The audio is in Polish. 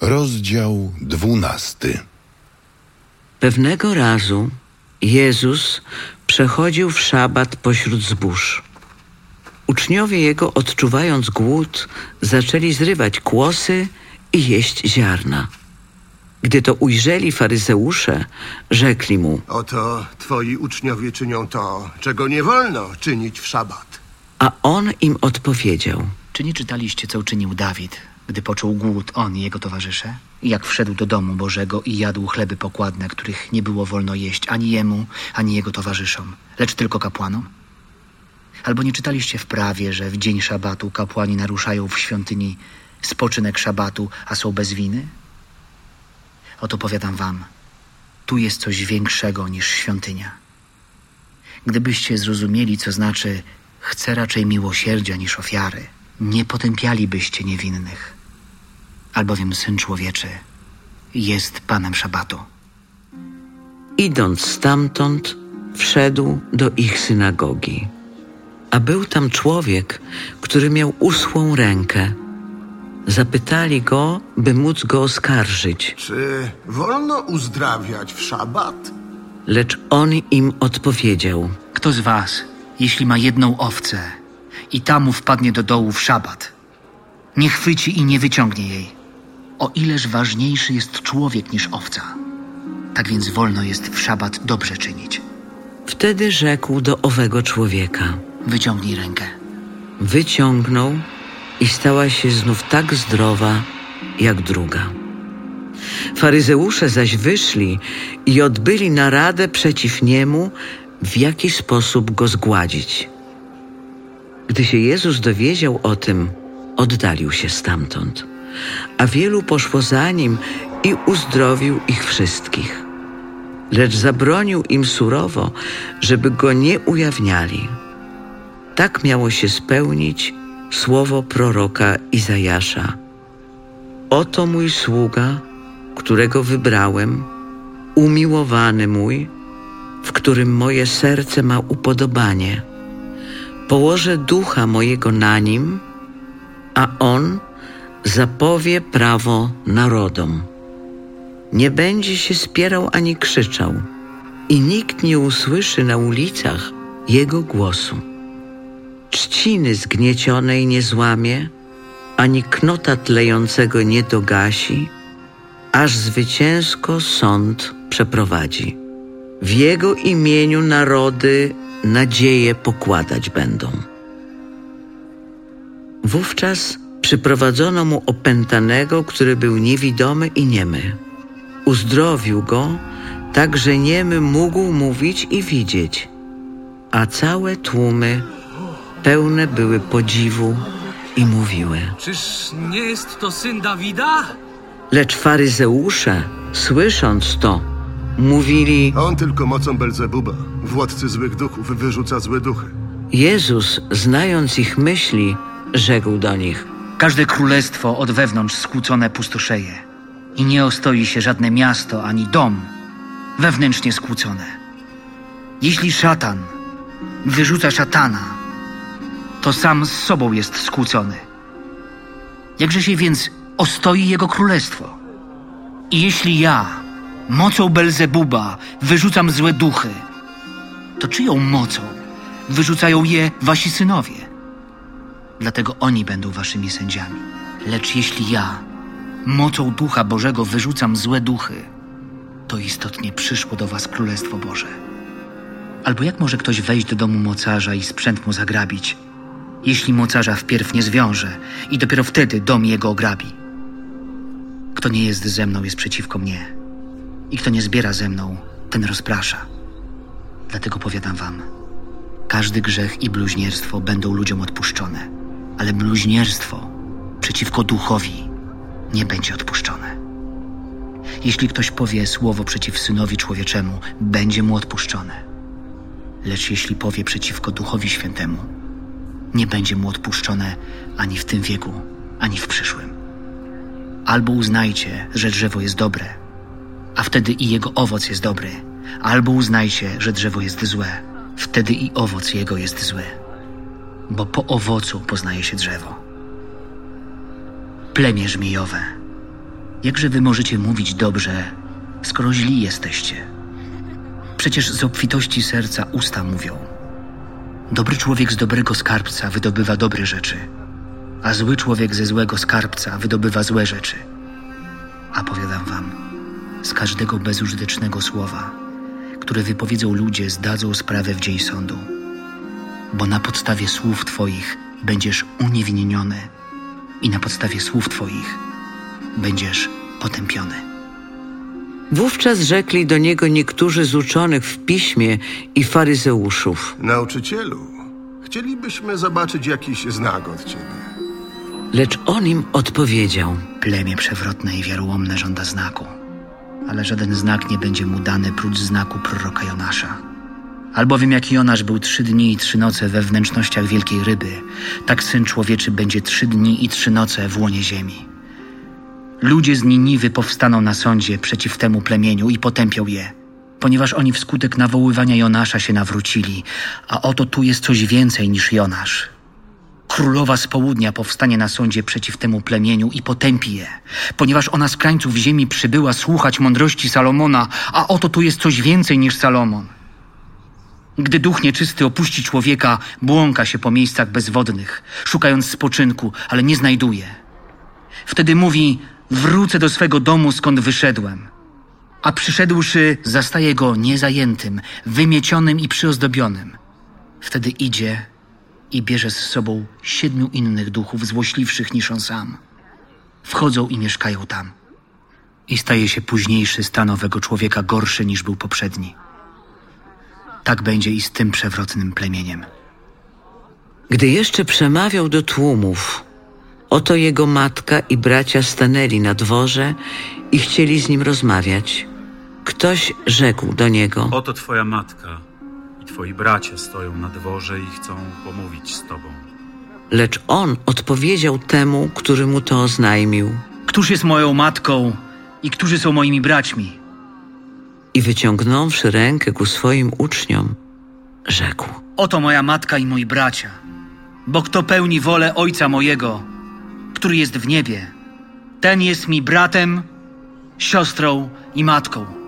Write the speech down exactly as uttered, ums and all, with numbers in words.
Rozdział dwunasty. Pewnego razu Jezus przechodził w szabat pośród zbóż. Uczniowie Jego, odczuwając głód, zaczęli zrywać kłosy i jeść ziarna. Gdy to ujrzeli faryzeusze, rzekli mu: Oto twoi uczniowie czynią to, czego nie wolno czynić w szabat. A on im odpowiedział: Czy nie czytaliście, co uczynił Dawid, gdy poczuł głód, on i jego towarzysze? I jak wszedł do domu Bożego i jadł chleby pokładne, których nie było wolno jeść ani jemu, ani jego towarzyszom, lecz tylko kapłanom? Albo nie czytaliście w prawie, że w dzień szabatu kapłani naruszają w świątyni spoczynek szabatu, a są bez winy? Oto powiadam wam, tu jest coś większego niż świątynia. Gdybyście zrozumieli, co znaczy chcę raczej miłosierdzia niż ofiary, nie potępialibyście niewinnych, albowiem Syn Człowieczy jest Panem szabatu. Idąc stamtąd, wszedł do ich synagogi. A był tam człowiek, który miał uschłą rękę. Zapytali go, by móc go oskarżyć. Czy wolno uzdrawiać w szabat? Lecz on im odpowiedział: Kto z was, jeśli ma jedną owcę i ta mu wpadnie do dołu w szabat, nie chwyci i nie wyciągnie jej? O ileż ważniejszy jest człowiek niż owca. Tak więc wolno jest w szabat dobrze czynić. Wtedy rzekł do owego człowieka: Wyciągnij rękę. Wyciągnął i stała się znów tak zdrowa jak druga. Faryzeusze zaś wyszli i odbyli naradę przeciw niemu, w jaki sposób go zgładzić. Gdy się Jezus dowiedział o tym, oddalił się stamtąd, a wielu poszło za nim i uzdrowił ich wszystkich. Lecz zabronił im surowo, żeby go nie ujawniali. Tak miało się spełnić słowo proroka Izajasza: Oto mój sługa, którego wybrałem, umiłowany mój, w którym moje serce ma upodobanie. Położę ducha mojego na nim, a on zapowie prawo narodom. Nie będzie się spierał ani krzyczał, i nikt nie usłyszy na ulicach jego głosu. Trzciny zgniecionej nie złamie, ani knota tlejącego nie dogasi, aż zwycięsko sąd przeprowadzi. W jego imieniu narody nadzieję pokładać będą. Wówczas przyprowadzono mu opętanego, który był niewidomy i niemy. Uzdrowił go, tak że niemy mógł mówić i widzieć, a całe tłumy pełne były podziwu i mówiły: Czyż nie jest to syn Dawida? Lecz faryzeusze, słysząc to, mówili: On tylko mocą Belzebuba, władcy złych duchów, wyrzuca złe duchy. Jezus, znając ich myśli, rzekł do nich: Każde królestwo od wewnątrz skłócone pustoszeje i nie ostoi się żadne miasto ani dom wewnętrznie skłócone. Jeśli szatan wyrzuca szatana, to sam z sobą jest skłócony. Jakże się więc ostoi jego królestwo? I jeśli ja mocą Belzebuba wyrzucam złe duchy, to czyją mocą wyrzucają je wasi synowie? Dlatego oni będą waszymi sędziami. Lecz jeśli ja mocą Ducha Bożego wyrzucam złe duchy, to istotnie przyszło do was Królestwo Boże. Albo jak może ktoś wejść do domu mocarza i sprzęt mu zagrabić, jeśli mocarza wpierw nie zwiąże i dopiero wtedy dom jego ograbi? Kto nie jest ze mną, jest przeciwko mnie, i kto nie zbiera ze mną, ten rozprasza. Dlatego powiadam wam, każdy grzech i bluźnierstwo będą ludziom odpuszczone, ale bluźnierstwo przeciwko duchowi nie będzie odpuszczone. Jeśli ktoś powie słowo przeciw Synowi Człowieczemu, będzie mu odpuszczone. Lecz jeśli powie przeciwko Duchowi Świętemu, nie będzie mu odpuszczone ani w tym wieku, ani w przyszłym. Albo uznajcie, że drzewo jest dobre, a wtedy i jego owoc jest dobry, albo uznajcie, że drzewo jest złe, wtedy i owoc jego jest zły. Bo po owocu poznaje się drzewo. Plemię żmijowe. Jakże wy możecie mówić dobrze, skoro źli jesteście? Przecież z obfitości serca usta mówią. Dobry człowiek z dobrego skarbca wydobywa dobre rzeczy, a zły człowiek ze złego skarbca wydobywa złe rzeczy. A powiadam wam, z każdego bezużytecznego słowa, które wypowiedzą ludzie, zdadzą sprawę w dzień sądu. Bo na podstawie słów twoich będziesz uniewinniony i na podstawie słów twoich będziesz potępiony. Wówczas rzekli do niego niektórzy z uczonych w piśmie i faryzeuszów. Nauczycielu, chcielibyśmy zobaczyć jakiś znak od ciebie. Lecz on im odpowiedział. Plemię przewrotne i wiarołomne żąda znaku, ale żaden znak nie będzie mu dany prócz znaku proroka Jonasza. Albowiem jak Jonasz był trzy dni i trzy noce we wnętrznościach wielkiej ryby, tak Syn Człowieczy będzie trzy dni i trzy noce w łonie ziemi. Ludzie z Niniwy powstaną na sądzie przeciw temu plemieniu i potępią je, ponieważ oni wskutek nawoływania Jonasza się nawrócili, a oto tu jest coś więcej niż Jonasz. Królowa z południa powstanie na sądzie przeciw temu plemieniu i potępi je, ponieważ ona z krańców ziemi przybyła słuchać mądrości Salomona, a oto tu jest coś więcej niż Salomon. Gdy duch nieczysty opuści człowieka, błąka się po miejscach bezwodnych, szukając spoczynku, ale nie znajduje. Wtedy mówi, wrócę do swego domu, skąd wyszedłem. A przyszedłszy, zastaje go niezajętym, wymiecionym i przyozdobionym. Wtedy idzie i bierze z sobą siedmiu innych duchów złośliwszych niż on sam. Wchodzą i mieszkają tam. I staje się późniejszy stan owego człowieka gorszy niż był poprzedni. Tak będzie i z tym przewrotnym plemieniem. Gdy jeszcze przemawiał do tłumów, oto jego matka i bracia stanęli na dworze i chcieli z nim rozmawiać. Ktoś rzekł do niego. Oto twoja matka i twoi bracia stoją na dworze i chcą pomówić z tobą. Lecz on odpowiedział temu, który mu to oznajmił. Któż jest moją matką i którzy są moimi braćmi? I wyciągnąwszy rękę ku swoim uczniom, rzekł. Oto moja matka i moi bracia, bo kto pełni wolę Ojca mojego, który jest w niebie, ten jest mi bratem, siostrą i matką.